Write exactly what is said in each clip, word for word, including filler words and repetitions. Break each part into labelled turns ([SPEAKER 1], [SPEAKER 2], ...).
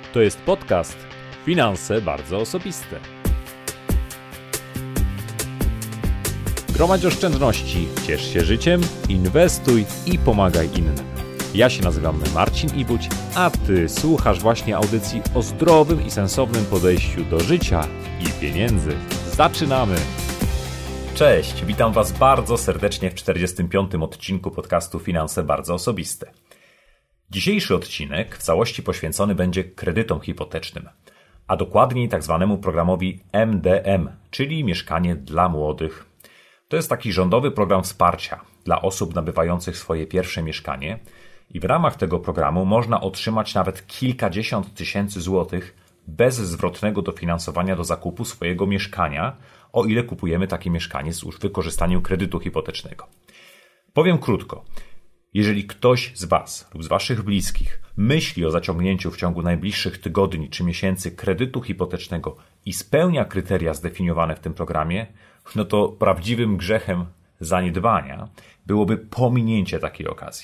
[SPEAKER 1] To jest podcast Finanse Bardzo Osobiste. Gromadź oszczędności, ciesz się życiem, inwestuj i pomagaj innym. Ja się nazywam Marcin Ibuć, a Ty słuchasz właśnie audycji o zdrowym i sensownym podejściu do życia i pieniędzy. Zaczynamy! Cześć, witam Was bardzo serdecznie w czterdziestym piątym odcinku podcastu Finanse Bardzo Osobiste. Dzisiejszy odcinek w całości poświęcony będzie kredytom hipotecznym, a dokładniej tak zwanemu programowi M D M, czyli Mieszkanie dla Młodych. To jest taki rządowy program wsparcia dla osób nabywających swoje pierwsze mieszkanie i w ramach tego programu można otrzymać nawet kilkadziesiąt tysięcy złotych bez zwrotnego dofinansowania do zakupu swojego mieszkania, o ile kupujemy takie mieszkanie z wykorzystaniem kredytu hipotecznego. Powiem krótko. Jeżeli ktoś z Was lub z Waszych bliskich myśli o zaciągnięciu w ciągu najbliższych tygodni czy miesięcy kredytu hipotecznego i spełnia kryteria zdefiniowane w tym programie, no to prawdziwym grzechem zaniedbania byłoby pominięcie takiej okazji.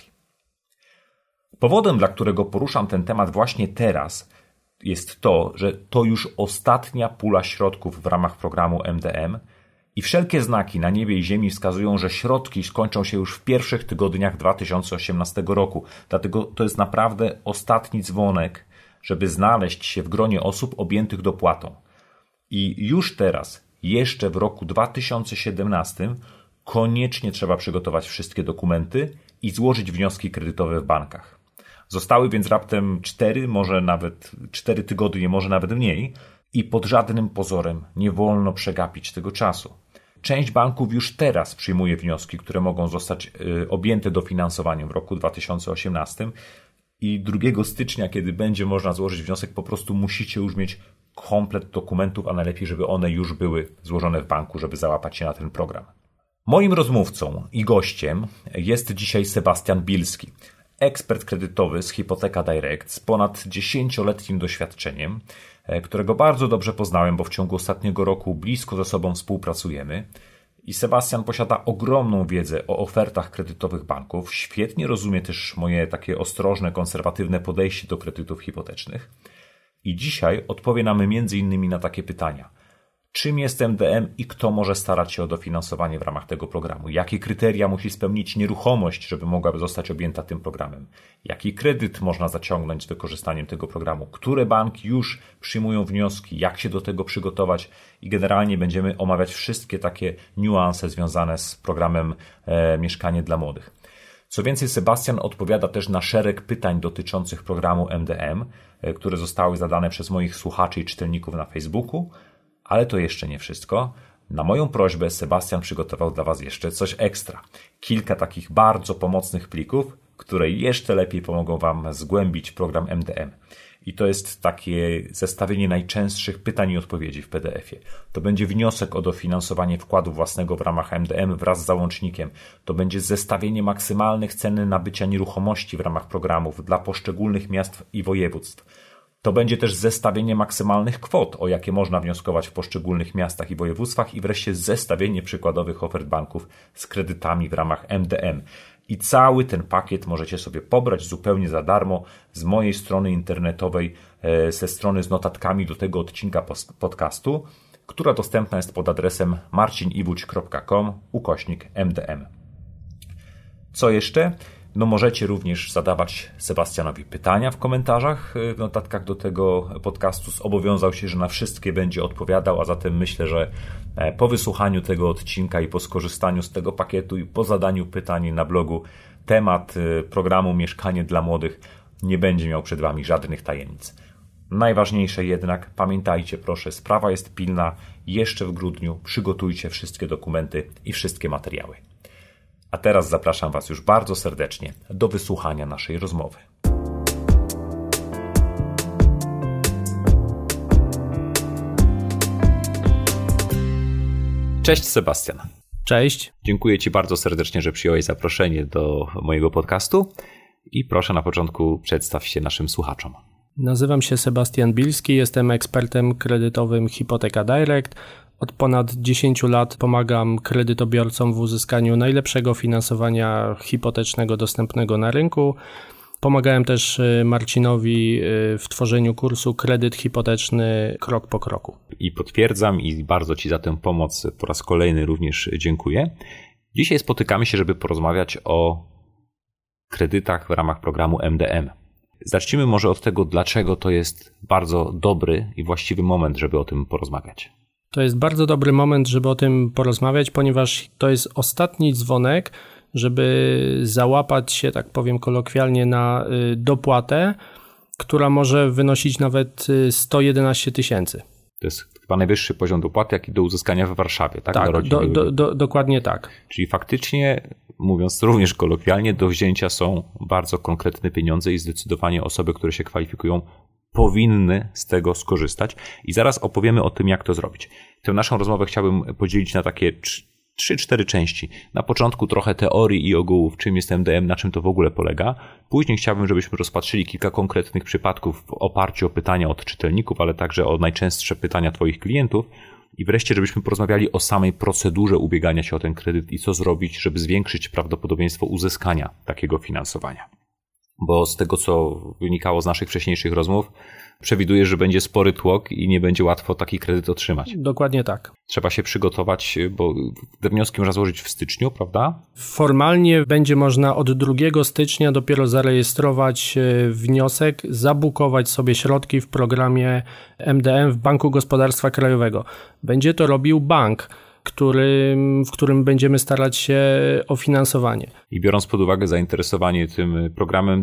[SPEAKER 1] Powodem, dla którego poruszam ten temat właśnie teraz, jest to, że to już ostatnia pula środków w ramach programu M D M i wszelkie znaki na niebie i ziemi wskazują, że środki skończą się już w pierwszych tygodniach dwa tysiące osiemnastego roku. Dlatego to jest naprawdę ostatni dzwonek, żeby znaleźć się w gronie osób objętych dopłatą. I już teraz, jeszcze w roku dwa tysiące siedemnastym, koniecznie trzeba przygotować wszystkie dokumenty i złożyć wnioski kredytowe w bankach. Zostały więc raptem cztery, może nawet cztery tygodnie, może nawet mniej i pod żadnym pozorem nie wolno przegapić tego czasu. Część banków już teraz przyjmuje wnioski, które mogą zostać y, objęte dofinansowaniem w roku dwa tysiące osiemnastym i drugiego stycznia, kiedy będzie można złożyć wniosek, po prostu musicie już mieć komplet dokumentów, a najlepiej, żeby one już były złożone w banku, żeby załapać się na ten program. Moim rozmówcą i gościem jest dzisiaj Sebastian Bilski, ekspert kredytowy z Hypotheka Direct z ponad dziesięcioletnim doświadczeniem, którego bardzo dobrze poznałem, bo w ciągu ostatniego roku blisko ze sobą współpracujemy. I Sebastian posiada ogromną wiedzę o ofertach kredytowych banków, świetnie rozumie też moje takie ostrożne, konserwatywne podejście do kredytów hipotecznych. I dzisiaj odpowie nam między innymi na takie pytania. Czym jest M D M i kto może starać się o dofinansowanie w ramach tego programu? Jakie kryteria musi spełnić nieruchomość, żeby mogłaby zostać objęta tym programem? Jaki kredyt można zaciągnąć z wykorzystaniem tego programu? Które banki już przyjmują wnioski? Jak się do tego przygotować? I generalnie będziemy omawiać wszystkie takie niuanse związane z programem e, Mieszkanie dla Młodych. Co więcej, Sebastian odpowiada też na szereg pytań dotyczących programu M D M, e, które zostały zadane przez moich słuchaczy i czytelników na Facebooku. Ale to jeszcze nie wszystko. Na moją prośbę Sebastian przygotował dla Was jeszcze coś ekstra. Kilka takich bardzo pomocnych plików, które jeszcze lepiej pomogą Wam zgłębić program M D M. I to jest takie zestawienie najczęstszych pytań i odpowiedzi w P D F ie. To będzie wniosek o dofinansowanie wkładu własnego w ramach M D M wraz z załącznikiem. To będzie zestawienie maksymalnych cen nabycia nieruchomości w ramach programów dla poszczególnych miast i województw. To będzie też zestawienie maksymalnych kwot, o jakie można wnioskować w poszczególnych miastach i województwach i wreszcie zestawienie przykładowych ofert banków z kredytami w ramach M D M. I cały ten pakiet możecie sobie pobrać zupełnie za darmo z mojej strony internetowej, ze strony z notatkami do tego odcinka podcastu, która dostępna jest pod adresem marcinibuć kropka com ukośnik M D M. Co jeszcze? No możecie również zadawać Sebastianowi pytania w komentarzach, w notatkach do tego podcastu. Zobowiązał się, że na wszystkie będzie odpowiadał, a zatem myślę, że po wysłuchaniu tego odcinka i po skorzystaniu z tego pakietu i po zadaniu pytań na blogu temat programu Mieszkanie dla Młodych nie będzie miał przed Wami żadnych tajemnic. Najważniejsze jednak, pamiętajcie proszę, sprawa jest pilna. Jeszcze w grudniu przygotujcie wszystkie dokumenty i wszystkie materiały. A teraz zapraszam Was już bardzo serdecznie do wysłuchania naszej rozmowy. Cześć Sebastian.
[SPEAKER 2] Cześć.
[SPEAKER 1] Dziękuję Ci bardzo serdecznie, że przyjąłeś zaproszenie do mojego podcastu i proszę na początku przedstaw się naszym słuchaczom.
[SPEAKER 2] Nazywam się Sebastian Bilski, jestem ekspertem kredytowym Hypotheka Direct. Od ponad dziesięć lat pomagam kredytobiorcom w uzyskaniu najlepszego finansowania hipotecznego dostępnego na rynku. Pomagałem też Marcinowi w tworzeniu kursu Kredyt hipoteczny krok po kroku.
[SPEAKER 1] I potwierdzam i bardzo Ci za tę pomoc po raz kolejny również dziękuję. Dzisiaj spotykamy się, żeby porozmawiać o kredytach w ramach programu M D M. Zacznijmy może od tego, dlaczego to jest bardzo dobry i właściwy moment, żeby o tym porozmawiać.
[SPEAKER 2] To jest bardzo dobry moment, żeby o tym porozmawiać, ponieważ to jest ostatni dzwonek, żeby załapać się, tak powiem kolokwialnie, na dopłatę, która może wynosić nawet sto jedenaście tysięcy.
[SPEAKER 1] To jest chyba najwyższy poziom dopłaty, jaki do uzyskania w Warszawie, tak?
[SPEAKER 2] Tak, do, do, do, dokładnie tak.
[SPEAKER 1] Czyli faktycznie, mówiąc również kolokwialnie, do wzięcia są bardzo konkretne pieniądze i zdecydowanie osoby, które się kwalifikują, powinny z tego skorzystać. I zaraz opowiemy o tym, jak to zrobić. Tę naszą rozmowę chciałbym podzielić na takie trzy cztery części. Na początku trochę teorii i ogółów, czym jest M D M, na czym to w ogóle polega. Później chciałbym, żebyśmy rozpatrzyli kilka konkretnych przypadków w oparciu o pytania od czytelników, ale także o najczęstsze pytania Twoich klientów. I wreszcie, żebyśmy porozmawiali o samej procedurze ubiegania się o ten kredyt i co zrobić, żeby zwiększyć prawdopodobieństwo uzyskania takiego finansowania. Bo z tego, co wynikało z naszych wcześniejszych rozmów, przewiduję, że będzie spory tłok i nie będzie łatwo taki kredyt otrzymać.
[SPEAKER 2] Dokładnie tak.
[SPEAKER 1] Trzeba się przygotować, bo te wnioski można złożyć w styczniu, prawda?
[SPEAKER 2] Formalnie będzie można od drugiego stycznia dopiero zarejestrować wniosek, zabukować sobie środki w programie M D M w Banku Gospodarstwa Krajowego. Będzie to robił bank, który, w którym będziemy starać się o finansowanie.
[SPEAKER 1] I biorąc pod uwagę zainteresowanie tym programem,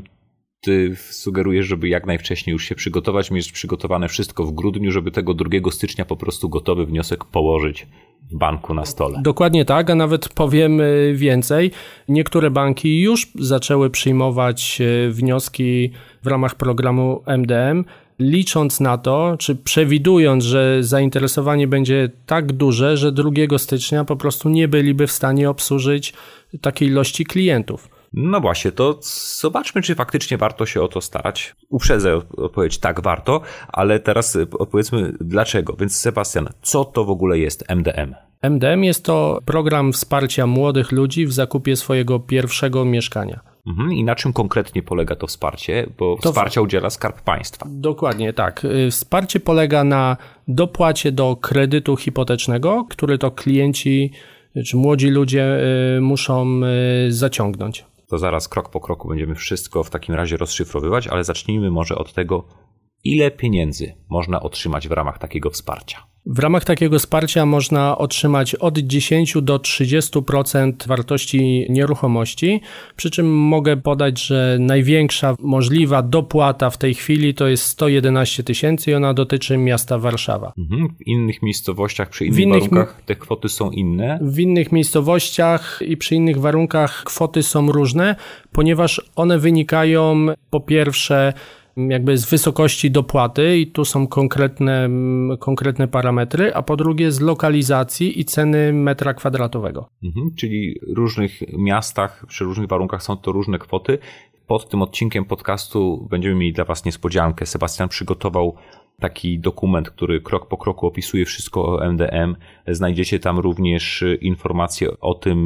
[SPEAKER 1] Ty sugerujesz, żeby jak najwcześniej już się przygotować, mieć przygotowane wszystko w grudniu, żeby tego drugiego stycznia po prostu gotowy wniosek położyć w banku na stole.
[SPEAKER 2] Dokładnie tak, a nawet powiem więcej. Niektóre banki już zaczęły przyjmować wnioski w ramach programu M D M, licząc na to, czy przewidując, że zainteresowanie będzie tak duże, że drugiego stycznia po prostu nie byliby w stanie obsłużyć takiej ilości klientów.
[SPEAKER 1] No właśnie, to zobaczmy, czy faktycznie warto się o to starać. Uprzedzę odpowiedź, tak, warto, ale teraz opowiedzmy dlaczego. Więc Sebastian, co to w ogóle jest M D M?
[SPEAKER 2] M D M jest to program wsparcia młodych ludzi w zakupie swojego pierwszego mieszkania.
[SPEAKER 1] Mhm. I na czym konkretnie polega to wsparcie? Bo to wsparcia udziela Skarb Państwa.
[SPEAKER 2] Dokładnie tak. Wsparcie polega na dopłacie do kredytu hipotecznego, który to klienci czy młodzi ludzie muszą zaciągnąć.
[SPEAKER 1] To zaraz krok po kroku będziemy wszystko w takim razie rozszyfrowywać, ale zacznijmy może od tego, ile pieniędzy można otrzymać w ramach takiego wsparcia.
[SPEAKER 2] W ramach takiego wsparcia można otrzymać od dziesięć do trzydziestu procent wartości nieruchomości, przy czym mogę podać, że największa możliwa dopłata w tej chwili to jest sto jedenaście tysięcy i ona dotyczy miasta Warszawa.
[SPEAKER 1] Mhm. W innych miejscowościach, przy innych innych warunkach te kwoty są inne?
[SPEAKER 2] W innych miejscowościach i przy innych warunkach kwoty są różne, ponieważ one wynikają po pierwsze jakby z wysokości dopłaty i tu są konkretne, konkretne parametry, a po drugie z lokalizacji i ceny metra kwadratowego.
[SPEAKER 1] Mhm, czyli w różnych miastach, przy różnych warunkach są to różne kwoty. Pod tym odcinkiem podcastu będziemy mieli dla Was niespodziankę. Sebastian przygotował taki dokument, który krok po kroku opisuje wszystko o M D M. Znajdziecie tam również informacje o tym,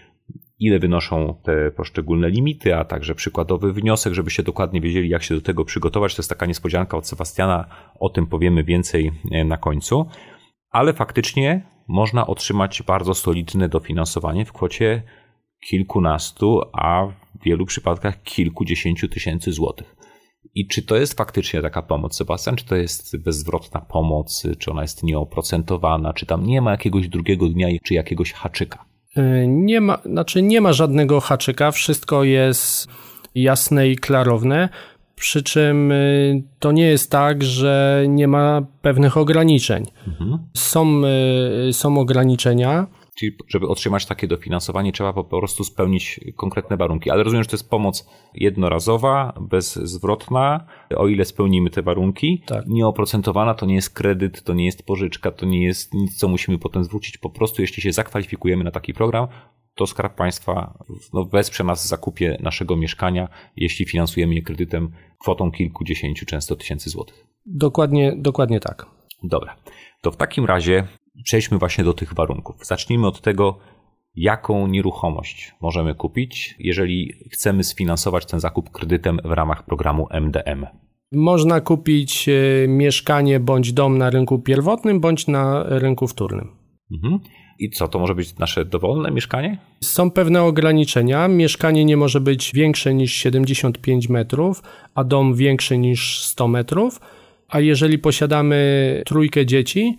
[SPEAKER 1] ile wynoszą te poszczególne limity, a także przykładowy wniosek, żebyście dokładnie wiedzieli, jak się do tego przygotować. To jest taka niespodzianka od Sebastiana, o tym powiemy więcej na końcu. Ale faktycznie można otrzymać bardzo solidne dofinansowanie w kwocie kilkunastu, a w wielu przypadkach kilkudziesięciu tysięcy złotych. I czy to jest faktycznie taka pomoc, Sebastian? Czy to jest bezzwrotna pomoc? Czy ona jest nieoprocentowana? Czy tam nie ma jakiegoś drugiego dnia, czy jakiegoś haczyka?
[SPEAKER 2] Nie ma, znaczy nie ma żadnego haczyka, wszystko jest jasne i klarowne, przy czym to nie jest tak, że nie ma pewnych ograniczeń. Mhm. Są, są ograniczenia.
[SPEAKER 1] Czyli żeby otrzymać takie dofinansowanie trzeba po prostu spełnić konkretne warunki, ale rozumiem, że to jest pomoc jednorazowa, bezzwrotna, o ile spełnimy te warunki. Tak. Nieoprocentowana, to nie jest kredyt, to nie jest pożyczka, to nie jest nic, co musimy potem zwrócić. Po prostu jeśli się zakwalifikujemy na taki program, to Skarb Państwa no, wesprze nas w zakupie naszego mieszkania, jeśli finansujemy je kredytem kwotą kilkudziesięciu często tysięcy złotych.
[SPEAKER 2] Dokładnie, dokładnie tak.
[SPEAKER 1] Dobra, to w takim razie przejdźmy właśnie do tych warunków. Zacznijmy od tego, jaką nieruchomość możemy kupić, jeżeli chcemy sfinansować ten zakup kredytem w ramach programu M D M?
[SPEAKER 2] Można kupić mieszkanie bądź dom na rynku pierwotnym, bądź na rynku wtórnym.
[SPEAKER 1] Mhm. I co, to może być nasze dowolne mieszkanie?
[SPEAKER 2] Są pewne ograniczenia. Mieszkanie nie może być większe niż siedemdziesiąt pięć metrów, a dom większy niż sto metrów. A jeżeli posiadamy trójkę dzieci,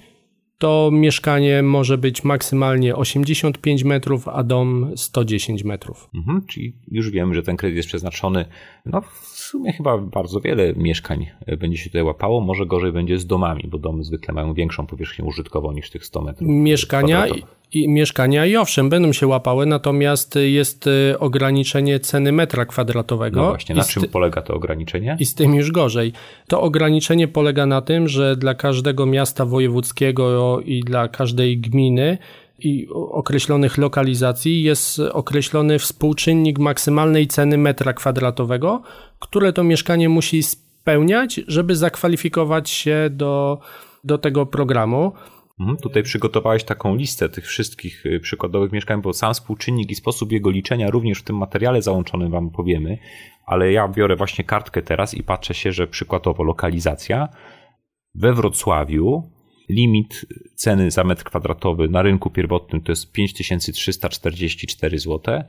[SPEAKER 2] to mieszkanie może być maksymalnie osiemdziesiąt pięć metrów, a dom sto dziesięć metrów.
[SPEAKER 1] Mhm, czyli już wiemy, że ten kredyt jest przeznaczony, no w sumie chyba bardzo wiele mieszkań będzie się tutaj łapało, może gorzej będzie z domami, bo domy zwykle mają większą powierzchnię użytkową niż tych sto metrów.
[SPEAKER 2] Mieszkania i, i mieszkania i owszem, będą się łapały, natomiast jest ograniczenie ceny metra kwadratowego.
[SPEAKER 1] No właśnie, na
[SPEAKER 2] ty-
[SPEAKER 1] czym polega to ograniczenie?
[SPEAKER 2] I z tym już gorzej. To ograniczenie polega na tym, że dla każdego miasta wojewódzkiego i dla każdej gminy i określonych lokalizacji jest określony współczynnik maksymalnej ceny metra kwadratowego, które to mieszkanie musi spełniać, żeby zakwalifikować się do, do tego programu.
[SPEAKER 1] Mhm, tutaj przygotowałeś taką listę tych wszystkich przykładowych mieszkań, bo sam współczynnik i sposób jego liczenia również w tym materiale załączonym wam powiemy, ale ja biorę właśnie kartkę teraz i patrzę się, że przykładowo lokalizacja we Wrocławiu limit ceny za metr kwadratowy na rynku pierwotnym to jest pięć tysięcy trzysta czterdzieści cztery złote,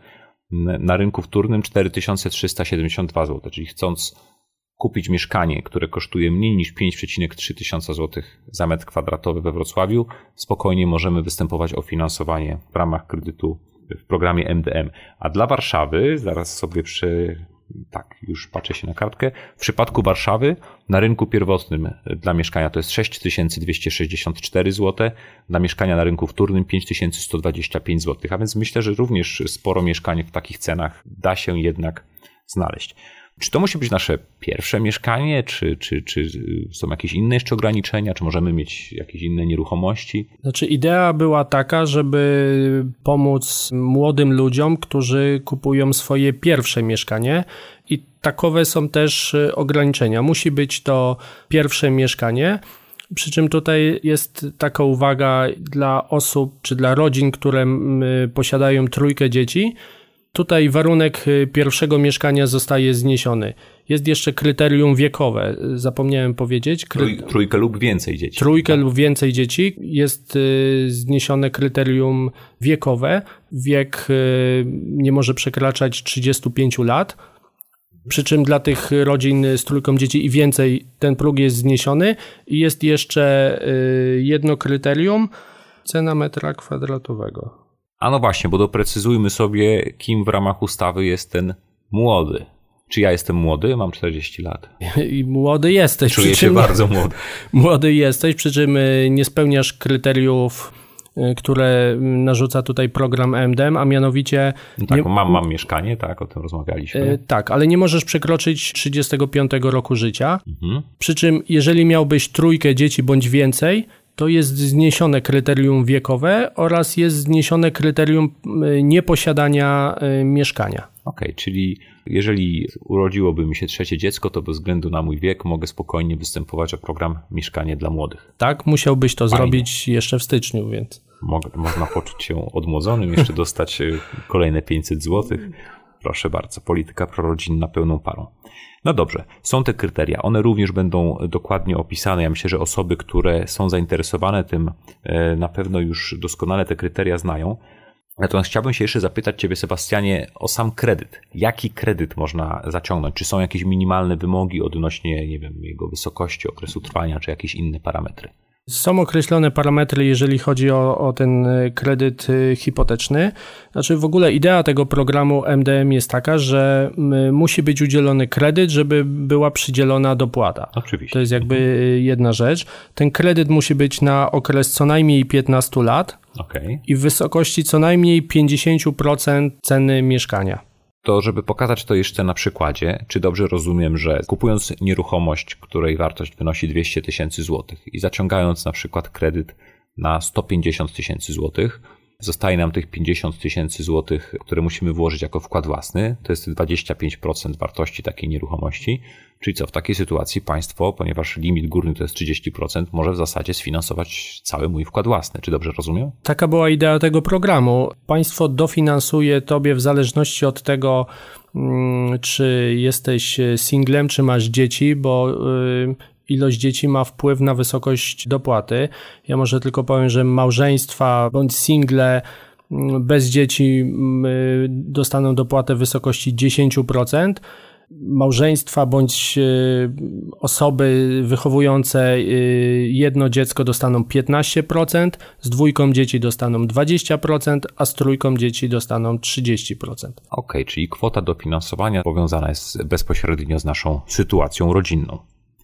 [SPEAKER 1] na rynku wtórnym cztery tysiące trzysta siedemdziesiąt dwa złote, czyli chcąc kupić mieszkanie, które kosztuje mniej niż pięć przecinek trzy tysiąca złotych za metr kwadratowy we Wrocławiu, spokojnie możemy występować o finansowanie w ramach kredytu w programie M D M. A dla Warszawy, zaraz sobie przy... Tak, już patrzę się na kartkę. W przypadku Warszawy na rynku pierwotnym dla mieszkania to jest sześć tysięcy dwieście sześćdziesiąt cztery złote, dla mieszkania na rynku wtórnym pięć tysięcy sto dwadzieścia pięć złotych, a więc myślę, że również sporo mieszkań w takich cenach da się jednak znaleźć. Czy to musi być nasze pierwsze mieszkanie, czy, czy, czy są jakieś inne jeszcze ograniczenia, czy możemy mieć jakieś inne nieruchomości?
[SPEAKER 2] Znaczy idea była taka, żeby pomóc młodym ludziom, którzy kupują swoje pierwsze mieszkanie i takowe są też ograniczenia. Musi być to pierwsze mieszkanie, przy czym tutaj jest taka uwaga dla osób, czy dla rodzin, które posiadają trójkę dzieci. Tutaj warunek pierwszego mieszkania zostaje zniesiony. Jest jeszcze kryterium wiekowe, zapomniałem powiedzieć. Kry...
[SPEAKER 1] Trój, trójkę lub więcej dzieci.
[SPEAKER 2] Trójkę tak? lub więcej dzieci. Jest y, zniesione kryterium wiekowe. Wiek y, nie może przekraczać trzydziestu pięciu lat. Przy czym dla tych rodzin z trójką dzieci i więcej ten próg jest zniesiony. I jest jeszcze y, jedno kryterium, cena metra kwadratowego.
[SPEAKER 1] A no właśnie, bo doprecyzujmy sobie, kim w ramach ustawy jest ten młody. Czy ja jestem młody? Mam czterdzieści lat.
[SPEAKER 2] I młody jesteś.
[SPEAKER 1] Czuję się bardzo młody.
[SPEAKER 2] Młody jesteś, przy czym nie spełniasz kryteriów, które narzuca tutaj program M D M, a mianowicie...
[SPEAKER 1] No tak,
[SPEAKER 2] nie...
[SPEAKER 1] mam, mam mieszkanie, tak, o tym rozmawialiśmy.
[SPEAKER 2] E, tak, ale nie możesz przekroczyć trzydziestego piątego roku życia. Mhm. Przy czym jeżeli miałbyś trójkę dzieci bądź więcej, to jest zniesione kryterium wiekowe oraz jest zniesione kryterium nieposiadania mieszkania.
[SPEAKER 1] Okej, okay, czyli jeżeli urodziłoby mi się trzecie dziecko, to bez względu na mój wiek mogę spokojnie występować o program Mieszkanie dla Młodych.
[SPEAKER 2] Tak, musiałbyś to
[SPEAKER 1] Fajnie.
[SPEAKER 2] zrobić jeszcze w styczniu, więc...
[SPEAKER 1] Mogę, można poczuć się odmłodzonym, jeszcze dostać kolejne pięćset złotych. Proszę bardzo, polityka prorodzinna pełną parą. No dobrze, są te kryteria, one również będą dokładnie opisane. Ja myślę, że osoby, które są zainteresowane tym, na pewno już doskonale te kryteria znają. Natomiast chciałbym się jeszcze zapytać Ciebie, Sebastianie, o sam kredyt. Jaki kredyt można zaciągnąć? Czy są jakieś minimalne wymogi odnośnie, nie wiem, jego wysokości, okresu trwania, czy jakieś inne parametry?
[SPEAKER 2] Są określone parametry, jeżeli chodzi o, o ten kredyt hipoteczny. Znaczy w ogóle idea tego programu M D M jest taka, że musi być udzielony kredyt, żeby była przydzielona dopłata.
[SPEAKER 1] Oczywiście.
[SPEAKER 2] To jest jakby jedna rzecz. Ten kredyt musi być na okres co najmniej piętnastu lat
[SPEAKER 1] okay.
[SPEAKER 2] i w wysokości co najmniej pięćdziesiąt procent ceny mieszkania.
[SPEAKER 1] To żeby pokazać to jeszcze na przykładzie, czy dobrze rozumiem, że kupując nieruchomość, której wartość wynosi dwieście tysięcy złotych i zaciągając na przykład kredyt na sto pięćdziesiąt tysięcy złotych, zostaje nam tych pięćdziesiąt tysięcy złotych, które musimy włożyć jako wkład własny. To jest dwadzieścia pięć procent wartości takiej nieruchomości. Czyli co, w takiej sytuacji państwo, ponieważ limit górny to jest trzydzieści procent, może w zasadzie sfinansować cały mój wkład własny. Czy dobrze rozumiem?
[SPEAKER 2] Taka była idea tego programu. Państwo dofinansuje tobie w zależności od tego, czy jesteś singlem, czy masz dzieci, bo ilość dzieci ma wpływ na wysokość dopłaty. Ja może tylko powiem, że małżeństwa bądź single bez dzieci dostaną dopłatę w wysokości dziesięć procent. Małżeństwa bądź osoby wychowujące jedno dziecko dostaną piętnaście procent, z dwójką dzieci dostaną dwadzieścia procent, a z trójką dzieci dostaną trzydzieści procent.
[SPEAKER 1] Okej, okay, czyli kwota dofinansowania powiązana jest bezpośrednio z naszą sytuacją rodzinną.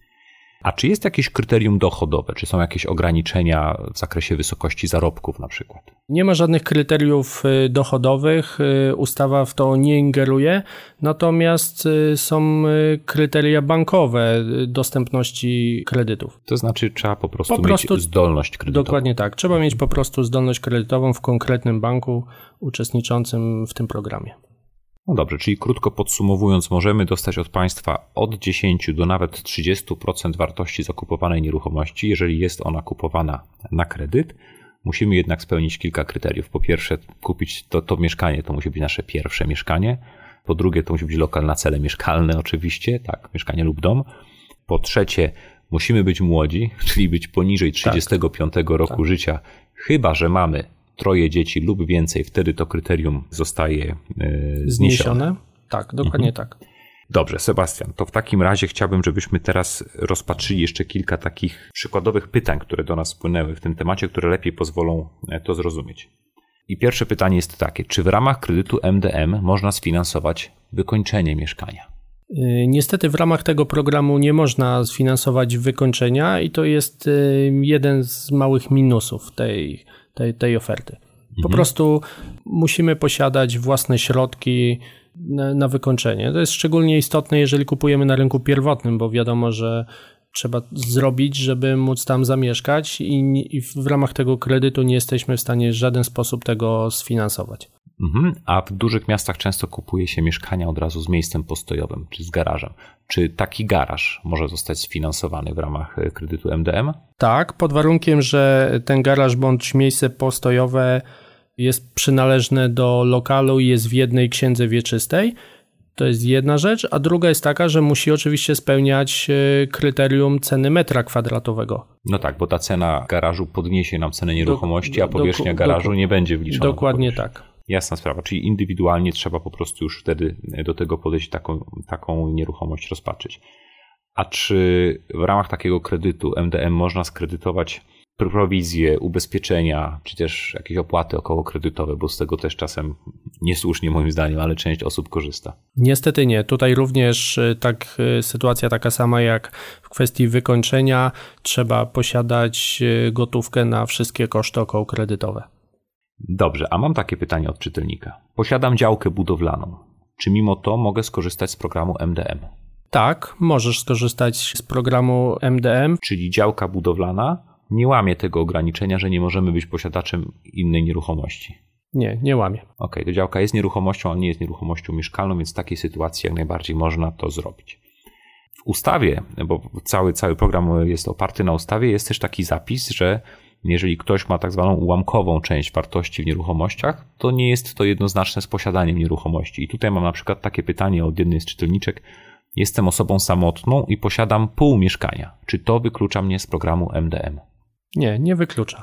[SPEAKER 1] A czy jest jakieś kryterium dochodowe? Czy są jakieś ograniczenia w zakresie wysokości zarobków na przykład?
[SPEAKER 2] Nie ma żadnych kryteriów dochodowych, ustawa w to nie ingeruje, natomiast są kryteria bankowe dostępności kredytów.
[SPEAKER 1] To znaczy trzeba po prostu, po prostu mieć zdolność kredytową.
[SPEAKER 2] Dokładnie tak. Trzeba mieć po prostu zdolność kredytową w konkretnym banku uczestniczącym w tym programie.
[SPEAKER 1] No dobrze, czyli krótko podsumowując, możemy dostać od państwa od dziesięć do nawet trzydzieści procent wartości zakupowanej nieruchomości, jeżeli jest ona kupowana na kredyt. Musimy jednak spełnić kilka kryteriów. Po pierwsze, kupić to, to mieszkanie, to musi być nasze pierwsze mieszkanie. Po drugie, to musi być lokal na cele mieszkalne oczywiście, tak, mieszkanie lub dom. Po trzecie, musimy być młodzi, czyli być poniżej trzydziestego piątego tak. roku tak. życia, chyba że mamy troje dzieci lub więcej, wtedy to kryterium zostaje yy, zniesione. zniesione.
[SPEAKER 2] Tak, dokładnie mhm. tak.
[SPEAKER 1] Dobrze, Sebastian, to w takim razie chciałbym, żebyśmy teraz rozpatrzyli jeszcze kilka takich przykładowych pytań, które do nas spłynęły w tym temacie, które lepiej pozwolą to zrozumieć. I pierwsze pytanie jest takie, czy w ramach kredytu M D M można sfinansować wykończenie mieszkania?
[SPEAKER 2] Niestety w ramach tego programu nie można sfinansować wykończenia i to jest jeden z małych minusów tej Tej, tej oferty. Po mhm. prostu musimy posiadać własne środki na, na wykończenie. To jest szczególnie istotne, jeżeli kupujemy na rynku pierwotnym, bo wiadomo, że trzeba zrobić, żeby móc tam zamieszkać i, i w ramach tego kredytu nie jesteśmy w stanie w żaden sposób tego sfinansować.
[SPEAKER 1] Mhm. A w dużych miastach często kupuje się mieszkania od razu z miejscem postojowym, czy z garażem. Czy taki garaż może zostać sfinansowany w ramach kredytu M D M?
[SPEAKER 2] Tak, pod warunkiem, że ten garaż bądź miejsce postojowe jest przynależne do lokalu i jest w jednej księdze wieczystej. To jest jedna rzecz, a druga jest taka, że musi oczywiście spełniać kryterium ceny metra kwadratowego.
[SPEAKER 1] No tak, bo ta cena garażu podniesie nam cenę nieruchomości, a powierzchnia do, garażu do, nie będzie wliczona.
[SPEAKER 2] Dokładnie tak.
[SPEAKER 1] Jasna sprawa, czyli indywidualnie trzeba po prostu już wtedy do tego podejść, taką, taką nieruchomość rozpatrzyć. A czy w ramach takiego kredytu M D M można skredytować prowizje, ubezpieczenia, czy też jakieś opłaty okołokredytowe, bo z tego też czasem niesłusznie moim zdaniem, ale część osób korzysta?
[SPEAKER 2] Niestety nie. Tutaj również tak sytuacja taka sama jak w kwestii wykończenia. Trzeba posiadać gotówkę na wszystkie koszty okołokredytowe.
[SPEAKER 1] Dobrze, a mam takie pytanie od czytelnika. Posiadam działkę budowlaną. Czy mimo to mogę skorzystać z programu M D M?
[SPEAKER 2] Tak, możesz skorzystać z programu M D M.
[SPEAKER 1] Czyli działka budowlana nie łamie tego ograniczenia, że nie możemy być posiadaczem innej nieruchomości?
[SPEAKER 2] Nie, nie łamie.
[SPEAKER 1] Okej, okay, to działka jest nieruchomością, ale nie jest nieruchomością mieszkalną, więc w takiej sytuacji jak najbardziej można to zrobić. W ustawie, bo cały, cały program jest oparty na ustawie, jest też taki zapis, że jeżeli ktoś ma tak zwaną ułamkową część wartości w nieruchomościach, to nie jest to jednoznaczne z posiadaniem nieruchomości. I tutaj mam na przykład takie pytanie od jednej z czytelniczek. Jestem osobą samotną i posiadam pół mieszkania. Czy to wyklucza mnie z programu M D M?
[SPEAKER 2] Nie, nie wyklucza.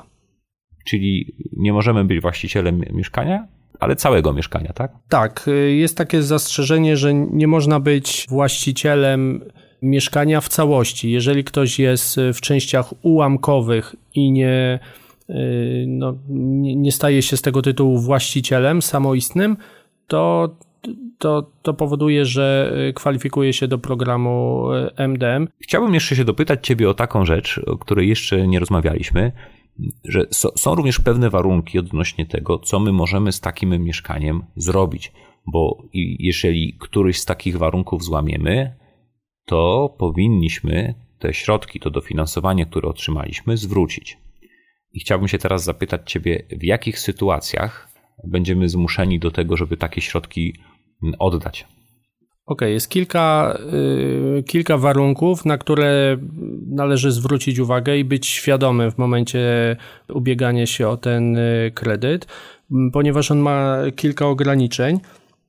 [SPEAKER 1] Czyli nie możemy być właścicielem mieszkania, ale całego mieszkania, tak?
[SPEAKER 2] Tak, jest takie zastrzeżenie, że nie można być właścicielem mieszkania w całości. Jeżeli ktoś jest w częściach ułamkowych i nie, no, nie staje się z tego tytułu właścicielem samoistnym, to, to, to powoduje, że kwalifikuje się do programu M D M.
[SPEAKER 1] Chciałbym jeszcze się dopytać Ciebie o taką rzecz, o której jeszcze nie rozmawialiśmy, że so, są również pewne warunki odnośnie tego, co my możemy z takim mieszkaniem zrobić, bo jeżeli któryś z takich warunków złamiemy, to powinniśmy te środki, to dofinansowanie, które otrzymaliśmy, zwrócić. I chciałbym się teraz zapytać Ciebie, w jakich sytuacjach będziemy zmuszeni do tego, żeby takie środki oddać?
[SPEAKER 2] Okej, okay, jest kilka, y, kilka warunków, na które należy zwrócić uwagę i być świadomym w momencie ubiegania się o ten kredyt, ponieważ on ma kilka ograniczeń.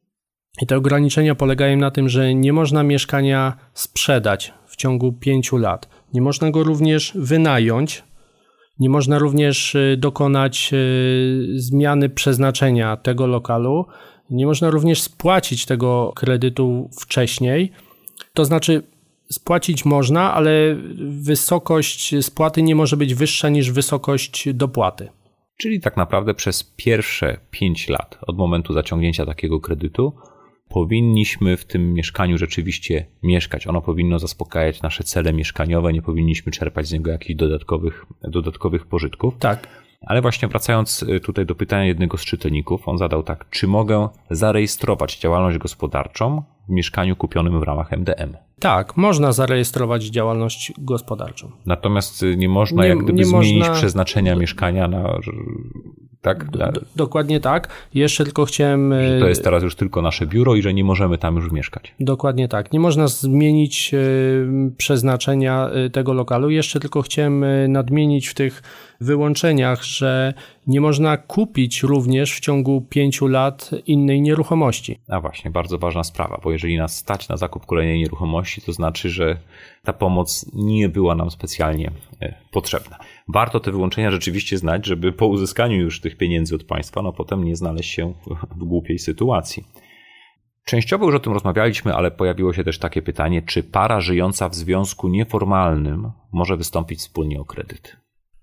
[SPEAKER 2] I te ograniczenia polegają na tym, że nie można mieszkania sprzedać w ciągu pięciu lat. Nie można go również wynająć. Nie można również dokonać zmiany przeznaczenia tego lokalu. Nie można również spłacić tego kredytu wcześniej. To znaczy spłacić można, ale wysokość spłaty nie może być wyższa niż wysokość dopłaty.
[SPEAKER 1] Czyli tak naprawdę przez pierwsze pięć lat od momentu zaciągnięcia takiego kredytu powinniśmy w tym mieszkaniu rzeczywiście mieszkać. Ono powinno zaspokajać nasze cele mieszkaniowe, nie powinniśmy czerpać z niego jakichś dodatkowych, dodatkowych pożytków.
[SPEAKER 2] Tak.
[SPEAKER 1] Ale właśnie wracając tutaj do pytania jednego z czytelników, on zadał tak, czy mogę zarejestrować działalność gospodarczą w mieszkaniu kupionym w ramach M D M?
[SPEAKER 2] Tak, można zarejestrować działalność gospodarczą.
[SPEAKER 1] Natomiast nie można nie, jak gdyby zmienić można... przeznaczenia mieszkania na... Tak?
[SPEAKER 2] Do, do, dokładnie tak. Jeszcze tylko chciałem...
[SPEAKER 1] Że to jest teraz już tylko nasze biuro i że nie możemy tam już mieszkać.
[SPEAKER 2] Dokładnie tak. Nie można zmienić przeznaczenia tego lokalu. Jeszcze tylko chciałem nadmienić w tych wyłączeniach, że nie można kupić również w ciągu pięciu lat innej nieruchomości.
[SPEAKER 1] A właśnie, bardzo ważna sprawa, bo jeżeli nas stać na zakup kolejnej nieruchomości, to znaczy, że ta pomoc nie była nam specjalnie potrzebna. Warto te wyłączenia rzeczywiście znać, żeby po uzyskaniu już tych pieniędzy od państwa, no potem nie znaleźć się w głupiej sytuacji. Częściowo już o tym rozmawialiśmy, ale pojawiło się też takie pytanie, czy para żyjąca w związku nieformalnym może wystąpić wspólnie o kredyt?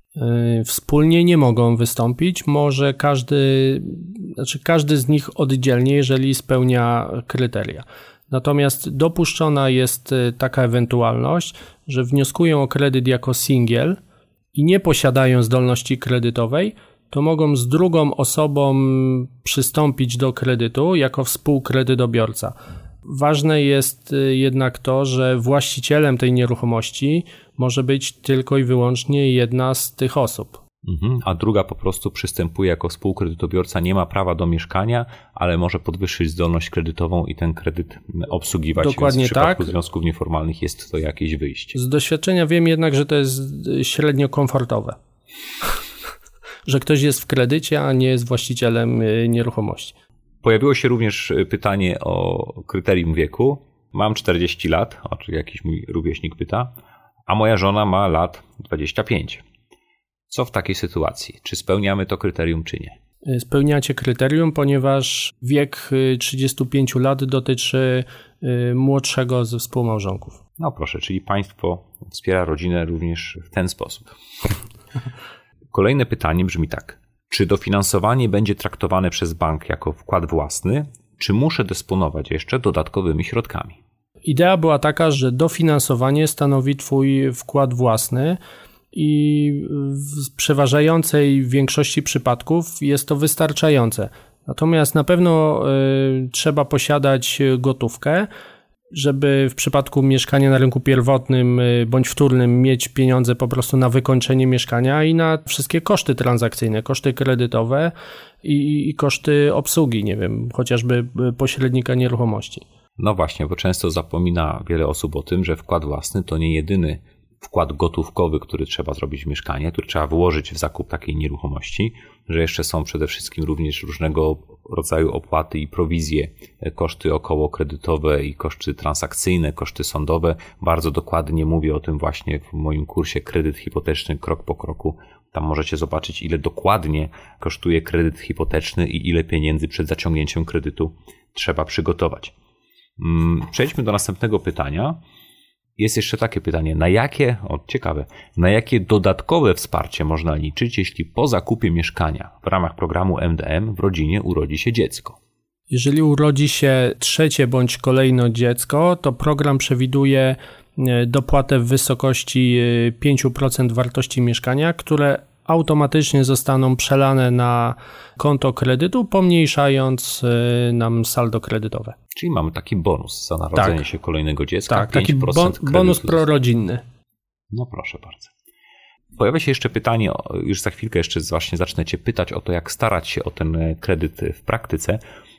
[SPEAKER 2] Wspólnie nie mogą wystąpić, może każdy, znaczy każdy z nich oddzielnie, jeżeli spełnia kryteria. Natomiast dopuszczona jest taka ewentualność, że wnioskują o kredyt jako singiel i nie posiadają zdolności kredytowej, to mogą z drugą osobą przystąpić do kredytu jako współkredytobiorca. Ważne jest jednak to, że właścicielem tej nieruchomości może być tylko i wyłącznie jedna z tych osób.
[SPEAKER 1] Mhm, a druga po prostu przystępuje jako współkredytobiorca, nie ma prawa do mieszkania, ale może podwyższyć zdolność kredytową i ten kredyt obsługiwać.
[SPEAKER 2] Dokładnie
[SPEAKER 1] Więc w przypadku
[SPEAKER 2] tak.
[SPEAKER 1] związków nieformalnych jest to jakieś wyjście.
[SPEAKER 2] Z doświadczenia wiem jednak, że to jest średnio komfortowe. Że ktoś jest w kredycie, a nie jest właścicielem nieruchomości.
[SPEAKER 1] Pojawiło się również pytanie o kryterium wieku. Mam czterdzieści lat, o czy jakiś mój rówieśnik pyta, a moja żona ma lat dwadzieścia pięć. Co w takiej sytuacji? Czy spełniamy to kryterium, czy nie?
[SPEAKER 2] Spełniacie kryterium, ponieważ wiek trzydzieści pięć lat dotyczy młodszego ze współmałżonków.
[SPEAKER 1] No proszę, czyli państwo wspiera rodzinę również w ten sposób. Kolejne pytanie brzmi tak. Czy dofinansowanie będzie traktowane przez bank jako wkład własny, czy muszę dysponować jeszcze dodatkowymi środkami?
[SPEAKER 2] Idea była taka, że dofinansowanie stanowi Twój wkład własny i w przeważającej większości przypadków jest to wystarczające. Natomiast na pewno y, trzeba posiadać gotówkę, żeby w przypadku mieszkania na rynku pierwotnym bądź wtórnym mieć pieniądze po prostu na wykończenie mieszkania i na wszystkie koszty transakcyjne, koszty kredytowe i, i koszty obsługi, nie wiem, chociażby pośrednika nieruchomości.
[SPEAKER 1] No właśnie, bo często zapomina wiele osób o tym, że wkład własny to nie jedyny wkład gotówkowy, który trzeba zrobić w mieszkanie, który trzeba wyłożyć w zakup takiej nieruchomości, że jeszcze są przede wszystkim również różnego rodzaju opłaty i prowizje, koszty okołokredytowe i koszty transakcyjne, koszty sądowe. Bardzo dokładnie mówię o tym właśnie w moim kursie Kredyt Hipoteczny krok po kroku. Tam możecie zobaczyć, ile dokładnie kosztuje kredyt hipoteczny i ile pieniędzy przed zaciągnięciem kredytu trzeba przygotować. Przejdźmy do następnego pytania. Jest jeszcze takie pytanie, na jakie, o ciekawe, na jakie dodatkowe wsparcie można liczyć, jeśli po zakupie mieszkania w ramach programu M D M w rodzinie urodzi się dziecko?
[SPEAKER 2] Jeżeli urodzi się trzecie bądź kolejno dziecko, to program przewiduje dopłatę w wysokości pięć procent wartości mieszkania, które automatycznie zostaną przelane na konto kredytu, pomniejszając nam saldo kredytowe.
[SPEAKER 1] Czyli mamy taki bonus za narodzenie
[SPEAKER 2] tak.
[SPEAKER 1] się kolejnego dziecka.
[SPEAKER 2] Tak, taki bon, bonus prorodzinny.
[SPEAKER 1] No proszę bardzo. Pojawia się jeszcze pytanie, już za chwilkę jeszcze właśnie zacznę Cię pytać o to, jak starać się o ten kredyt w praktyce.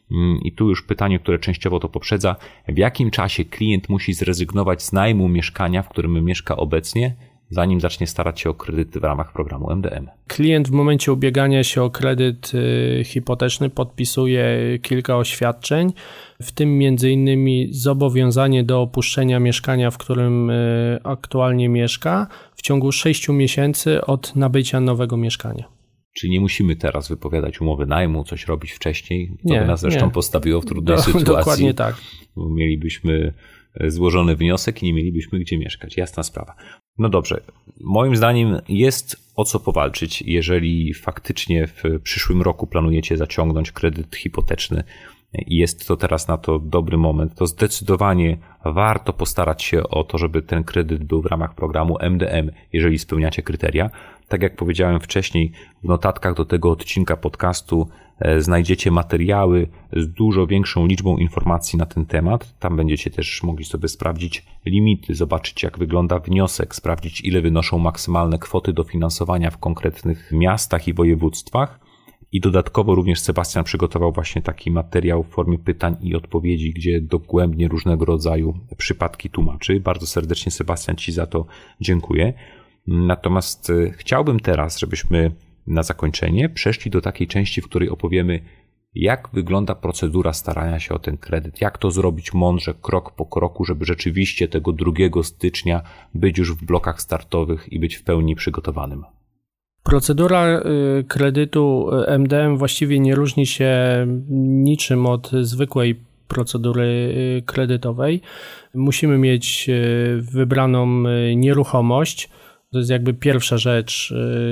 [SPEAKER 1] I tu już pytanie, które częściowo to poprzedza. W jakim czasie klient musi zrezygnować z najmu mieszkania, w którym mieszka obecnie, zanim zacznie starać się o kredyt w ramach programu M D M?
[SPEAKER 2] Klient w momencie ubiegania się o kredyt hipoteczny podpisuje kilka oświadczeń, w tym między innymi zobowiązanie do opuszczenia mieszkania, w którym aktualnie mieszka, w ciągu sześciu miesięcy od nabycia nowego mieszkania.
[SPEAKER 1] Czyli nie musimy teraz wypowiadać umowy najmu, coś robić wcześniej. To
[SPEAKER 2] nie,
[SPEAKER 1] by nas zresztą
[SPEAKER 2] nie.
[SPEAKER 1] postawiło w trudnej
[SPEAKER 2] Do,
[SPEAKER 1] sytuacji.
[SPEAKER 2] Dokładnie tak.
[SPEAKER 1] Bo mielibyśmy złożony wniosek i nie mielibyśmy gdzie mieszkać. Jasna sprawa. No dobrze. Moim zdaniem jest o co powalczyć, jeżeli faktycznie w przyszłym roku planujecie zaciągnąć kredyt hipoteczny i jest to teraz na to dobry moment, to zdecydowanie warto postarać się o to, żeby ten kredyt był w ramach programu M D M, jeżeli spełniacie kryteria. Tak jak powiedziałem wcześniej, w notatkach do tego odcinka podcastu znajdziecie materiały z dużo większą liczbą informacji na ten temat. Tam będziecie też mogli sobie sprawdzić limity, zobaczyć jak wygląda wniosek, sprawdzić ile wynoszą maksymalne kwoty dofinansowania w konkretnych miastach i województwach. I dodatkowo również Sebastian przygotował właśnie taki materiał w formie pytań i odpowiedzi, gdzie dogłębnie różnego rodzaju przypadki tłumaczy. Bardzo serdecznie Sebastian Ci za to dziękuję. Natomiast chciałbym teraz, żebyśmy na zakończenie przeszli do takiej części, w której opowiemy, jak wygląda procedura starania się o ten kredyt, jak to zrobić mądrze, krok po kroku, żeby rzeczywiście tego drugiego stycznia być już w blokach startowych i być w pełni przygotowanym.
[SPEAKER 2] Procedura kredytu M D M właściwie nie różni się niczym od zwykłej procedury kredytowej. Musimy mieć wybraną nieruchomość. To jest jakby pierwsza rzecz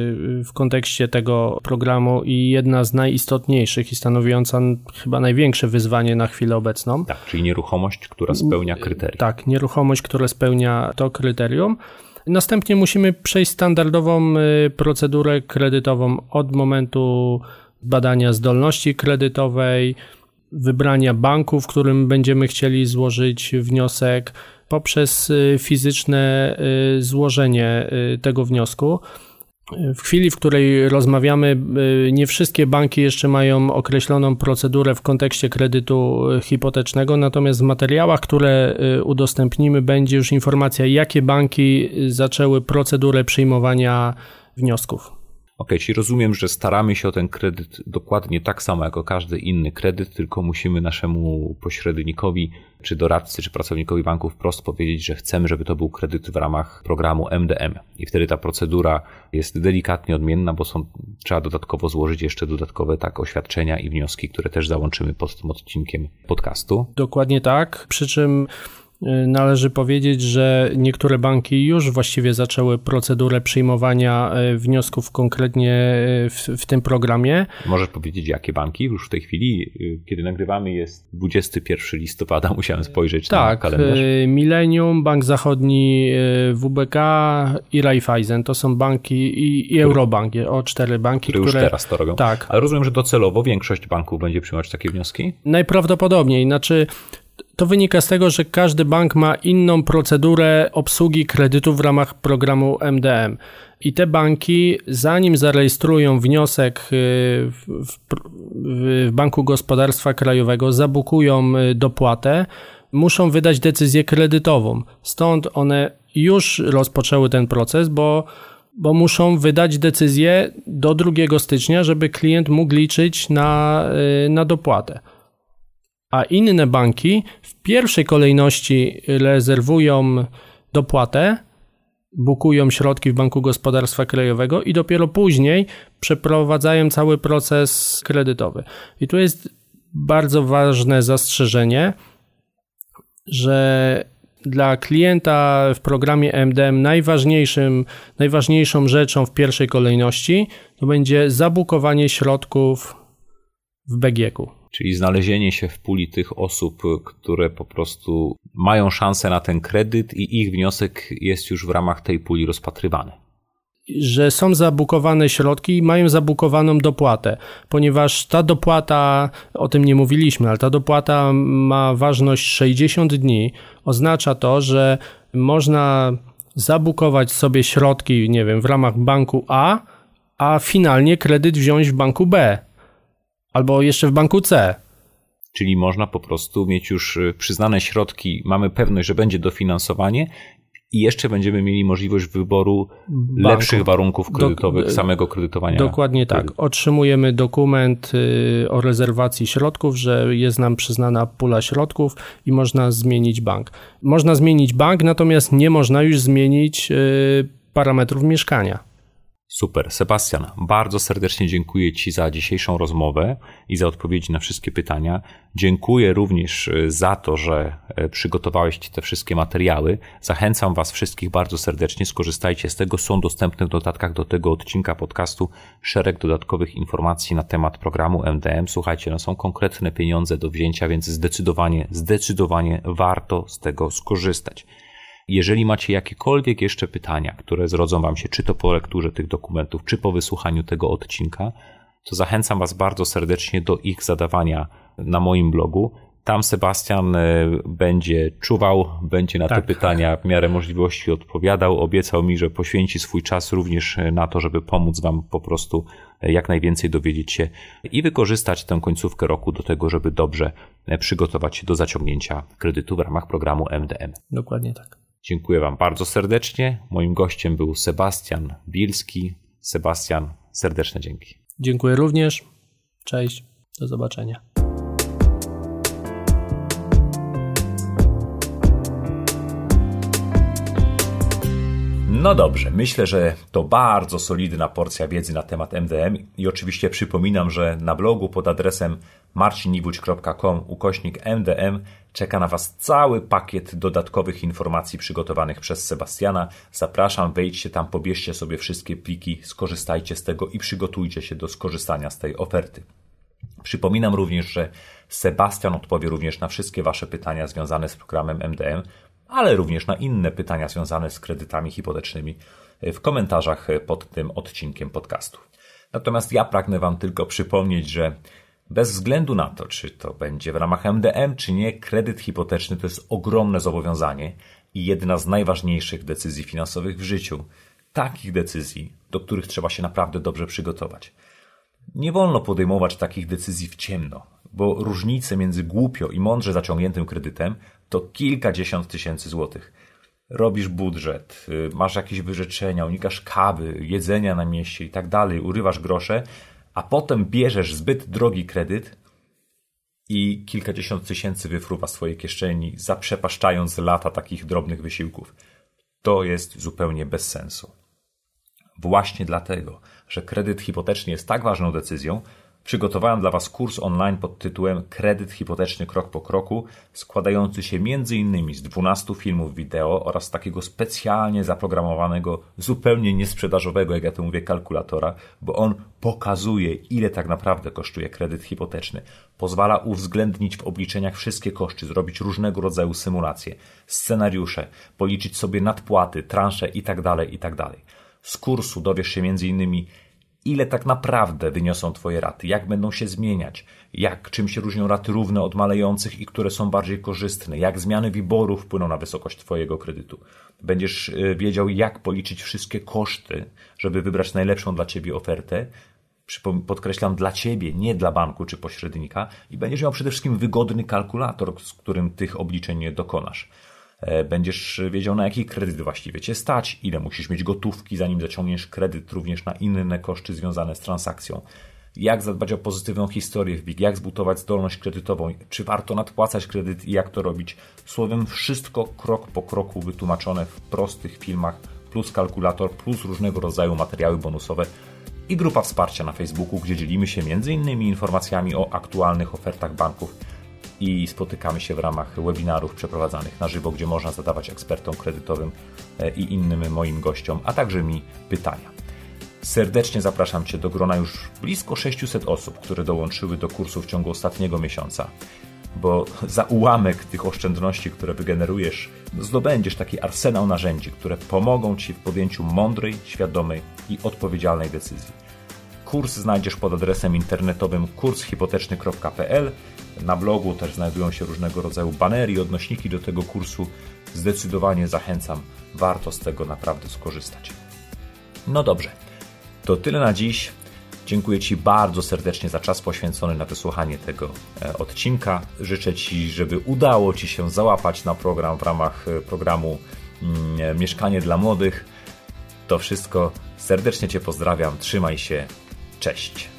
[SPEAKER 2] w kontekście tego programu i jedna z najistotniejszych i stanowiąca chyba największe wyzwanie na chwilę obecną.
[SPEAKER 1] Tak, czyli nieruchomość, która spełnia kryteria.
[SPEAKER 2] Tak, nieruchomość, która spełnia to kryterium. Następnie musimy przejść standardową procedurę kredytową od momentu badania zdolności kredytowej, wybrania banku, w którym będziemy chcieli złożyć wniosek, poprzez fizyczne złożenie tego wniosku. W chwili, w której rozmawiamy, nie wszystkie banki jeszcze mają określoną procedurę w kontekście kredytu hipotecznego, natomiast w materiałach, które udostępnimy, będzie już informacja, jakie banki zaczęły procedurę przyjmowania wniosków.
[SPEAKER 1] Okej, czyli rozumiem, że staramy się o ten kredyt dokładnie tak samo jak o każdy inny kredyt, tylko musimy naszemu pośrednikowi, czy doradcy, czy pracownikowi banku wprost powiedzieć, że chcemy, żeby to był kredyt w ramach programu M D M. I wtedy ta procedura jest delikatnie odmienna, bo są, trzeba dodatkowo złożyć jeszcze dodatkowe tak oświadczenia i wnioski, które też załączymy pod tym odcinkiem podcastu.
[SPEAKER 2] Dokładnie tak, przy czym należy powiedzieć, że niektóre banki już właściwie zaczęły procedurę przyjmowania wniosków konkretnie w, w tym programie.
[SPEAKER 1] Możesz powiedzieć, jakie banki już w tej chwili, kiedy nagrywamy, jest dwudziestego pierwszego listopada, musiałem spojrzeć
[SPEAKER 2] tak,
[SPEAKER 1] na kalendarz.
[SPEAKER 2] Millennium, Bank Zachodni, W B K i Raiffeisen to są banki i, i Eurobank, o cztery banki,
[SPEAKER 1] które,
[SPEAKER 2] które
[SPEAKER 1] już teraz to robią.
[SPEAKER 2] Tak.
[SPEAKER 1] Ale rozumiem, że docelowo większość banków będzie przyjmować takie wnioski?
[SPEAKER 2] Najprawdopodobniej, znaczy to wynika z tego, że każdy bank ma inną procedurę obsługi kredytów w ramach programu M D M. I te banki, zanim zarejestrują wniosek w, w, w Banku Gospodarstwa Krajowego, zabukują dopłatę, muszą wydać decyzję kredytową. Stąd one już rozpoczęły ten proces, bo, bo muszą wydać decyzję do drugiego stycznia, żeby klient mógł liczyć na, na dopłatę. A inne banki w pierwszej kolejności rezerwują dopłatę, bukują środki w Banku Gospodarstwa Krajowego i dopiero później przeprowadzają cały proces kredytowy. I tu jest bardzo ważne zastrzeżenie, że dla klienta w programie M D M najważniejszym, najważniejszą rzeczą w pierwszej kolejności to będzie zabukowanie środków w B G K-u.
[SPEAKER 1] Czyli znalezienie się w puli tych osób, które po prostu mają szansę na ten kredyt i ich wniosek jest już w ramach tej puli rozpatrywany.
[SPEAKER 2] Że są zabukowane środki i mają zabukowaną dopłatę, ponieważ ta dopłata, o tym nie mówiliśmy, ale ta dopłata ma ważność sześćdziesiąt dni. Oznacza to, że można zabukować sobie środki, nie wiem, w ramach banku A, a finalnie kredyt wziąć w banku B albo jeszcze w banku C.
[SPEAKER 1] Czyli można po prostu mieć już przyznane środki, mamy pewność, że będzie dofinansowanie i jeszcze będziemy mieli możliwość wyboru banku. Lepszych warunków kredytowych, Do, samego kredytowania.
[SPEAKER 2] Dokładnie tak. Otrzymujemy dokument o rezerwacji środków, że jest nam przyznana pula środków i można zmienić bank. Można zmienić bank, natomiast nie można już zmienić parametrów mieszkania.
[SPEAKER 1] Super. Sebastian, bardzo serdecznie dziękuję Ci za dzisiejszą rozmowę i za odpowiedzi na wszystkie pytania. Dziękuję również za to, że przygotowałeś te wszystkie materiały. Zachęcam Was wszystkich bardzo serdecznie, skorzystajcie z tego. Są dostępne w dodatkach do tego odcinka podcastu szereg dodatkowych informacji na temat programu M D M. Słuchajcie, no są konkretne pieniądze do wzięcia, więc zdecydowanie, zdecydowanie warto z tego skorzystać. Jeżeli macie jakiekolwiek jeszcze pytania, które zrodzą Wam się, czy to po lekturze tych dokumentów, czy po wysłuchaniu tego odcinka, to zachęcam Was bardzo serdecznie do ich zadawania na moim blogu. Tam Sebastian będzie czuwał, będzie na tak. te pytania w miarę możliwości odpowiadał. Obiecał mi, że poświęci swój czas również na to, żeby pomóc Wam po prostu jak najwięcej dowiedzieć się i wykorzystać tę końcówkę roku do tego, żeby dobrze przygotować się do zaciągnięcia kredytu w ramach programu M D M.
[SPEAKER 2] Dokładnie tak.
[SPEAKER 1] Dziękuję Wam bardzo serdecznie. Moim gościem był Sebastian Bielski. Sebastian, serdeczne dzięki.
[SPEAKER 2] Dziękuję również. Cześć. Do zobaczenia.
[SPEAKER 1] No dobrze, myślę, że to bardzo solidna porcja wiedzy na temat M D M i oczywiście przypominam, że na blogu pod adresem marciniwódź kropka com ukośnik M D M czeka na Was cały pakiet dodatkowych informacji przygotowanych przez Sebastiana. Zapraszam, wejdźcie tam, pobierzcie sobie wszystkie pliki, skorzystajcie z tego i przygotujcie się do skorzystania z tej oferty. Przypominam również, że Sebastian odpowie również na wszystkie Wasze pytania związane z programem M D M, ale również na inne pytania związane z kredytami hipotecznymi w komentarzach pod tym odcinkiem podcastu. Natomiast ja pragnę Wam tylko przypomnieć, że bez względu na to, czy to będzie w ramach M D M, czy nie, kredyt hipoteczny to jest ogromne zobowiązanie i jedna z najważniejszych decyzji finansowych w życiu. Takich decyzji, do których trzeba się naprawdę dobrze przygotować. Nie wolno podejmować takich decyzji w ciemno, bo różnice między głupio i mądrze zaciągniętym kredytem to kilkadziesiąt tysięcy złotych. Robisz budżet, masz jakieś wyrzeczenia, unikasz kawy, jedzenia na mieście i tak dalej, urywasz grosze, a potem bierzesz zbyt drogi kredyt i kilkadziesiąt tysięcy wyfruwa z twojej kieszeni, zaprzepaszczając lata takich drobnych wysiłków. To jest zupełnie bez sensu. Właśnie dlatego, że kredyt hipoteczny jest tak ważną decyzją, przygotowałem dla Was kurs online pod tytułem Kredyt hipoteczny krok po kroku, składający się między innymi z dwunastu filmów wideo oraz takiego specjalnie zaprogramowanego, zupełnie niesprzedażowego, jak ja to mówię, kalkulatora, bo on pokazuje, ile tak naprawdę kosztuje kredyt hipoteczny. Pozwala uwzględnić w obliczeniach wszystkie koszty, zrobić różnego rodzaju symulacje, scenariusze, policzyć sobie nadpłaty, transze itd., itd. Z kursu dowiesz się między innymi, ile tak naprawdę wyniosą Twoje raty, jak będą się zmieniać, jak, czym się różnią raty równe od malejących i które są bardziej korzystne, jak zmiany WIBOR-u wpłyną na wysokość Twojego kredytu. Będziesz wiedział, jak policzyć wszystkie koszty, żeby wybrać najlepszą dla Ciebie ofertę. Podkreślam, dla Ciebie, nie dla banku czy pośrednika, i będziesz miał przede wszystkim wygodny kalkulator, z którym tych obliczeń dokonasz. Będziesz wiedział, na jaki kredyt właściwie Cię stać, ile musisz mieć gotówki, zanim zaciągniesz kredyt, również na inne koszty związane z transakcją. Jak zadbać o pozytywną historię w B I G, jak zbudować zdolność kredytową, czy warto nadpłacać kredyt i jak to robić. Słowem, wszystko krok po kroku wytłumaczone w prostych filmach, plus kalkulator, plus różnego rodzaju materiały bonusowe i grupa wsparcia na Facebooku, gdzie dzielimy się między innymi informacjami o aktualnych ofertach banków i spotykamy się w ramach webinarów przeprowadzanych na żywo, gdzie można zadawać ekspertom kredytowym i innym moim gościom, a także mi pytania. Serdecznie zapraszam Cię do grona już blisko sześciuset osób, które dołączyły do kursu w ciągu ostatniego miesiąca, bo za ułamek tych oszczędności, które wygenerujesz, zdobędziesz taki arsenał narzędzi, które pomogą Ci w podjęciu mądrej, świadomej i odpowiedzialnej decyzji. Kurs znajdziesz pod adresem internetowym kurs hipoteczny kropka p l. Na blogu też znajdują się różnego rodzaju banery i odnośniki do tego kursu zdecydowanie zachęcam, warto z tego naprawdę skorzystać. No dobrze, to tyle na dziś. Dziękuję Ci bardzo serdecznie za czas poświęcony na wysłuchanie tego odcinka. Życzę Ci, żeby udało Ci się załapać na program w ramach programu Mieszkanie dla Młodych. To wszystko. Serdecznie Cię pozdrawiam. Trzymaj się. Cześć.